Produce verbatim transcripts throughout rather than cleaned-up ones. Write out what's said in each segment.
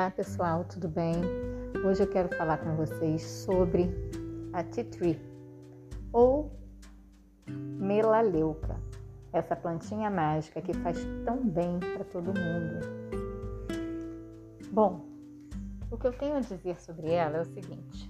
Olá pessoal, tudo bem? Hoje eu quero falar com vocês sobre a tea tree ou melaleuca, essa plantinha mágica que faz tão bem para todo mundo. Bom, o que eu tenho a dizer sobre ela é o seguinte: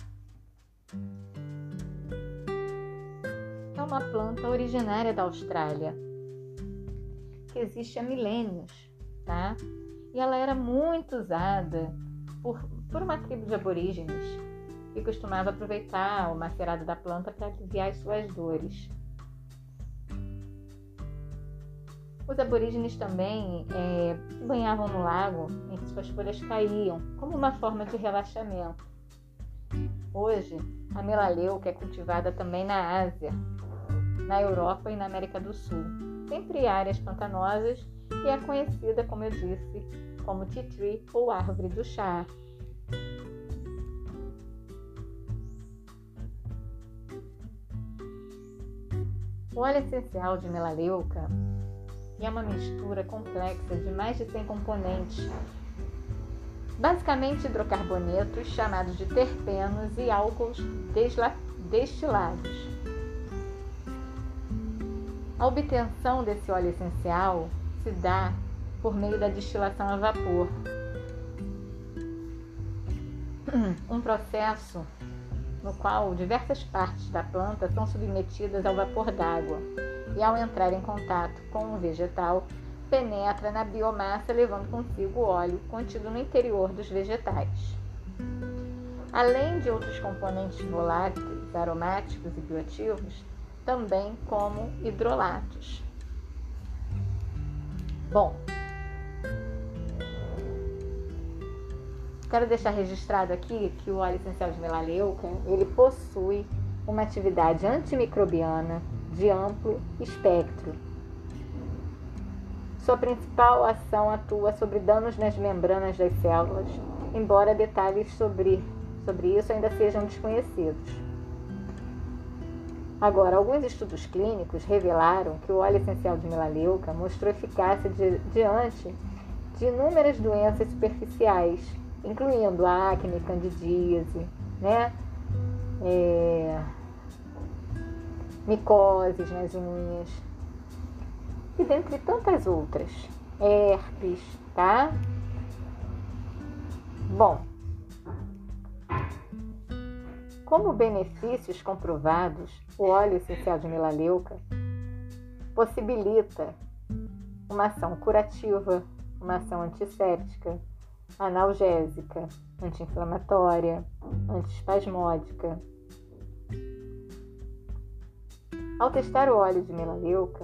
é uma planta originária da Austrália que existe há milênios, tá? E ela era muito usada por, por uma tribo de aborígenes que costumava aproveitar o macerado da planta para aliviar as suas dores. Os aborígenes também é, se banhavam no lago em que suas folhas caíam, como uma forma de relaxamento. Hoje, a melaleuca é cultivada também na Ásia, na Europa e na América do Sul, sempre em áreas pantanosas, e é conhecida, como eu disse, como tea tree ou árvore do chá. O óleo essencial de melaleuca é uma mistura complexa de mais de cem componentes, basicamente hidrocarbonetos chamados de terpenos e álcools destilados. A obtenção desse óleo essencial se dá por meio da destilação a vapor, um processo no qual diversas partes da planta são submetidas ao vapor d'água e, ao entrar em contato com o vegetal, penetra na biomassa, levando consigo o óleo contido no interior dos vegetais. Além de outros componentes voláteis, aromáticos e bioativos, também como hidrolatos. Bom, quero deixar registrado aqui que o óleo essencial de melaleuca, ele possui uma atividade antimicrobiana de amplo espectro. Sua principal ação atua sobre danos nas membranas das células, embora detalhes sobre, sobre isso ainda sejam desconhecidos. Agora, alguns estudos clínicos revelaram que o óleo essencial de melaleuca mostrou eficácia di- diante de inúmeras doenças superficiais, incluindo acne, candidíase, né? É... micoses nas unhas e dentre tantas outras, herpes, tá? Bom, como benefícios comprovados, o óleo essencial de melaleuca possibilita uma ação curativa, uma ação antisséptica, analgésica, anti-inflamatória, antiespasmódica. Ao testar o óleo de melaleuca,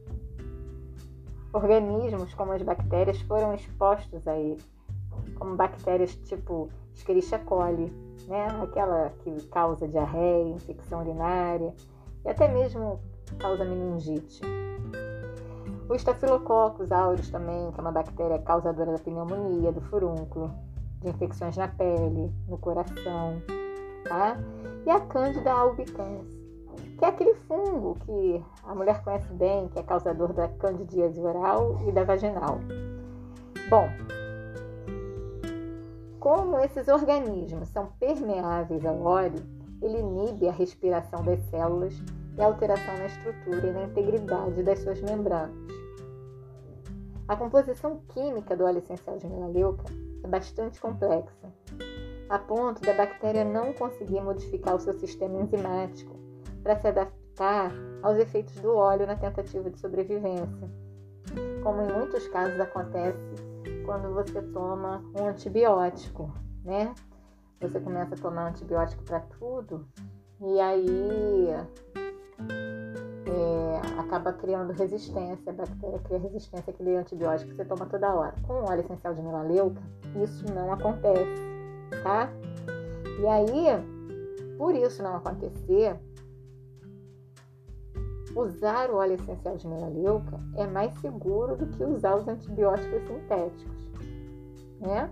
organismos como as bactérias foram expostos a ele, como bactérias tipo Escherichia coli, né? Aquela que causa diarreia, infecção urinária e até mesmo causa meningite. O Staphylococcus aureus também, que é uma bactéria causadora da pneumonia, do furúnculo, de infecções na pele, no coração, tá? E a Candida albicans, que é aquele fungo que a mulher conhece bem, que é causador da candidíase oral e da vaginal. Bom, como esses organismos são permeáveis ao óleo, ele inibe a respiração das células e a alteração na estrutura e na integridade das suas membranas. A composição química do óleo essencial de melaleuca é bastante complexa, a ponto da bactéria não conseguir modificar o seu sistema enzimático para se adaptar aos efeitos do óleo na tentativa de sobrevivência, como em muitos casos acontece quando você toma um antibiótico, né? Você começa a tomar antibiótico para tudo e aí é, acaba criando resistência, a bactéria cria resistência àquele antibiótico que você toma toda hora. Com o óleo essencial de melaleuca, isso não acontece, tá? E aí, por isso não acontecer, usar o óleo essencial de melaleuca é mais seguro do que usar os antibióticos sintéticos, né?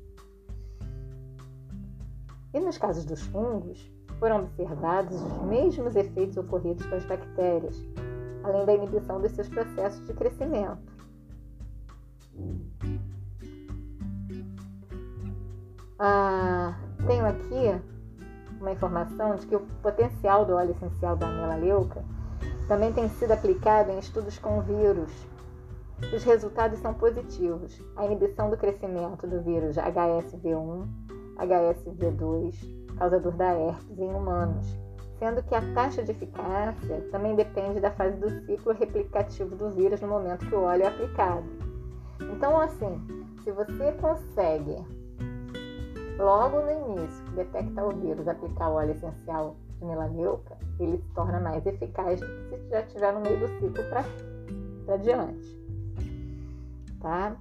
E nos casos dos fungos, foram observados os mesmos efeitos ocorridos com as bactérias, além da inibição dos seus processos de crescimento. Ah, tenho aqui uma informação de que o potencial do óleo essencial da melaleuca também tem sido aplicado em estudos com vírus. Os resultados são positivos. A inibição do crescimento do vírus H S V um, H S V dois, causador da herpes em humanos, sendo que a taxa de eficácia também depende da fase do ciclo replicativo do vírus no momento que o óleo é aplicado. Então, assim, se você consegue, logo no início, detectar o vírus, aplicar o óleo essencial de melaleuca, ele se torna mais eficaz do que se já estiver no meio do ciclo para diante. Tá?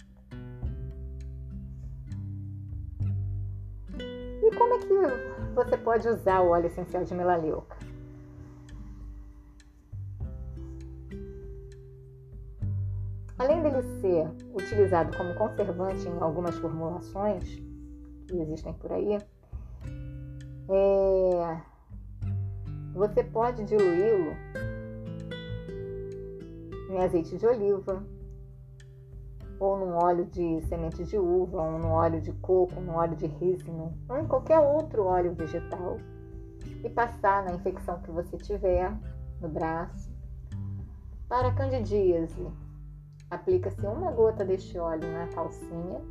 E como é que você pode usar o óleo essencial de melaleuca? Além dele ser utilizado como conservante em algumas formulações que existem por aí, é, você pode diluí-lo em azeite de oliva, ou num óleo de semente de uva, ou num óleo de coco, num óleo de rícino, ou em qualquer outro óleo vegetal, e passar na infecção que você tiver no braço. Para a candidíase, aplica-se uma gota deste óleo na calcinha.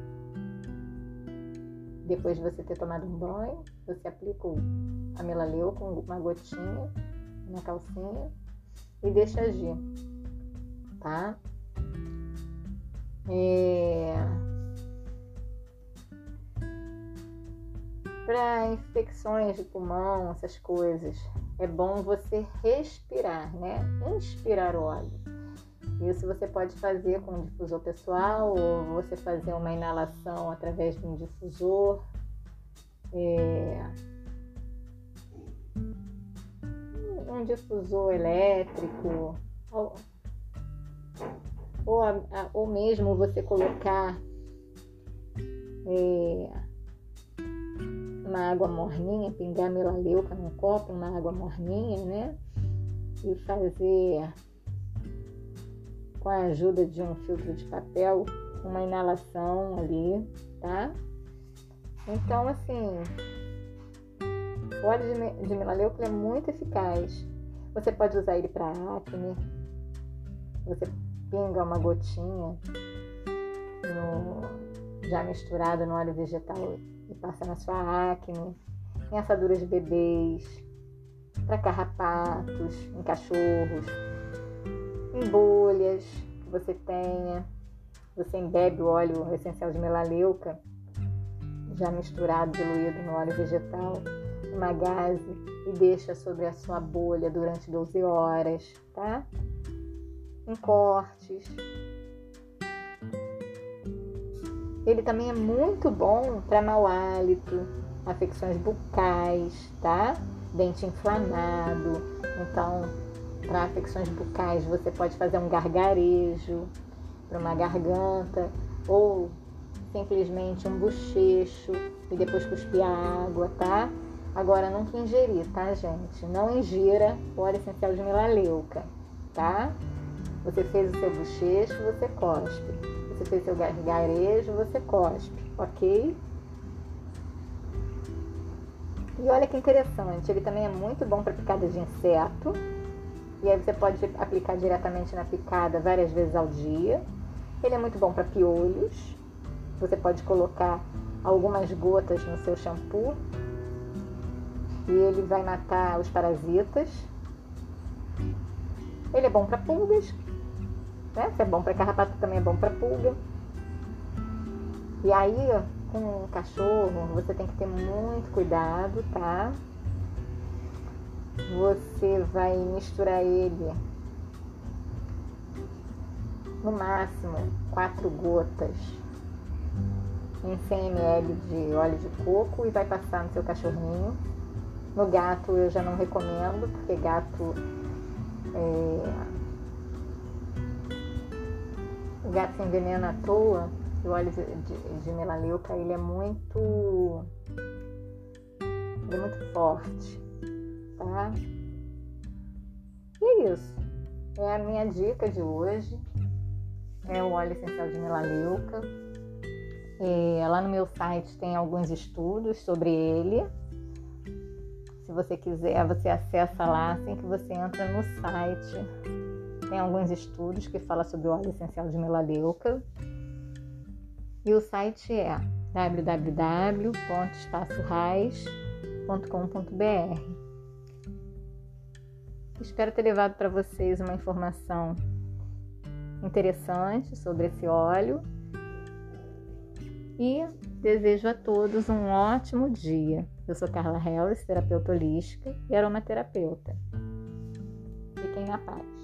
Depois de você ter tomado um banho, você aplica a melaleuca com uma gotinha na calcinha e deixa agir, tá? É... Para infecções de pulmão, essas coisas, é bom você respirar, né? Inspirar o óleo. Isso você pode fazer com um difusor pessoal, ou você fazer uma inalação através de um difusor. É... Um difusor elétrico, ou, ou, a, a, ou mesmo você colocar é, uma água morninha, pingar melaleuca num copo, uma água morninha, né? E fazer, com a ajuda de um filtro de papel, uma inalação ali, tá? Então, assim, o óleo de, de melaleuca é muito eficaz. Você pode usar ele para acne. Você pinga uma gotinha no, já misturada no óleo vegetal e passa na sua acne, em assaduras de bebês, para carrapatos, em cachorros, em bolhas que você tenha. Você embebe o óleo essencial de melaleuca já misturado, diluído no óleo vegetal, uma gaze, e deixa sobre a sua bolha durante doze horas, tá? Em cortes. Ele também é muito bom para mau hálito, afecções bucais, tá? Dente inflamado. Então, para afecções bucais, você pode fazer um gargarejo para uma garganta, ou simplesmente um bochecho e depois cuspir a água, tá? Agora, nunca ingerir, tá, gente? Não ingira o óleo essencial de melaleuca, tá? Você fez o seu bochecho, você cospe. Você fez seu gargarejo, você cospe, ok? E olha que interessante, ele também é muito bom para picada de inseto. E aí você pode aplicar diretamente na picada várias vezes ao dia. Ele é muito bom para piolhos. Você pode colocar algumas gotas no seu shampoo e ele vai matar os parasitas. Ele é bom para pulgas, né? Se é bom para carrapato, também é bom para pulga. E aí, com o cachorro, você tem que ter muito cuidado, tá? Você vai misturar ele no máximo quatro gotas em cem mililitros de óleo de coco e vai passar no seu cachorrinho. No gato eu já não recomendo, porque gato é... o gato se envenena à toa. O óleo de, de, de melaleuca, ele é muito ele é muito forte, tá? E é isso. É a minha dica de hoje. É o óleo essencial de melaleuca. É, lá no meu site tem alguns estudos sobre ele. Se você quiser, você acessa lá assim que você entra no site. Tem alguns estudos que falam sobre o óleo essencial de melaleuca. E o site é w w w ponto espaço rais ponto com ponto b r. Espero ter levado para vocês uma informação interessante sobre esse óleo. E desejo a todos um ótimo dia. Eu sou Carla Hellis, terapeuta holística e aromaterapeuta. Fiquem na paz.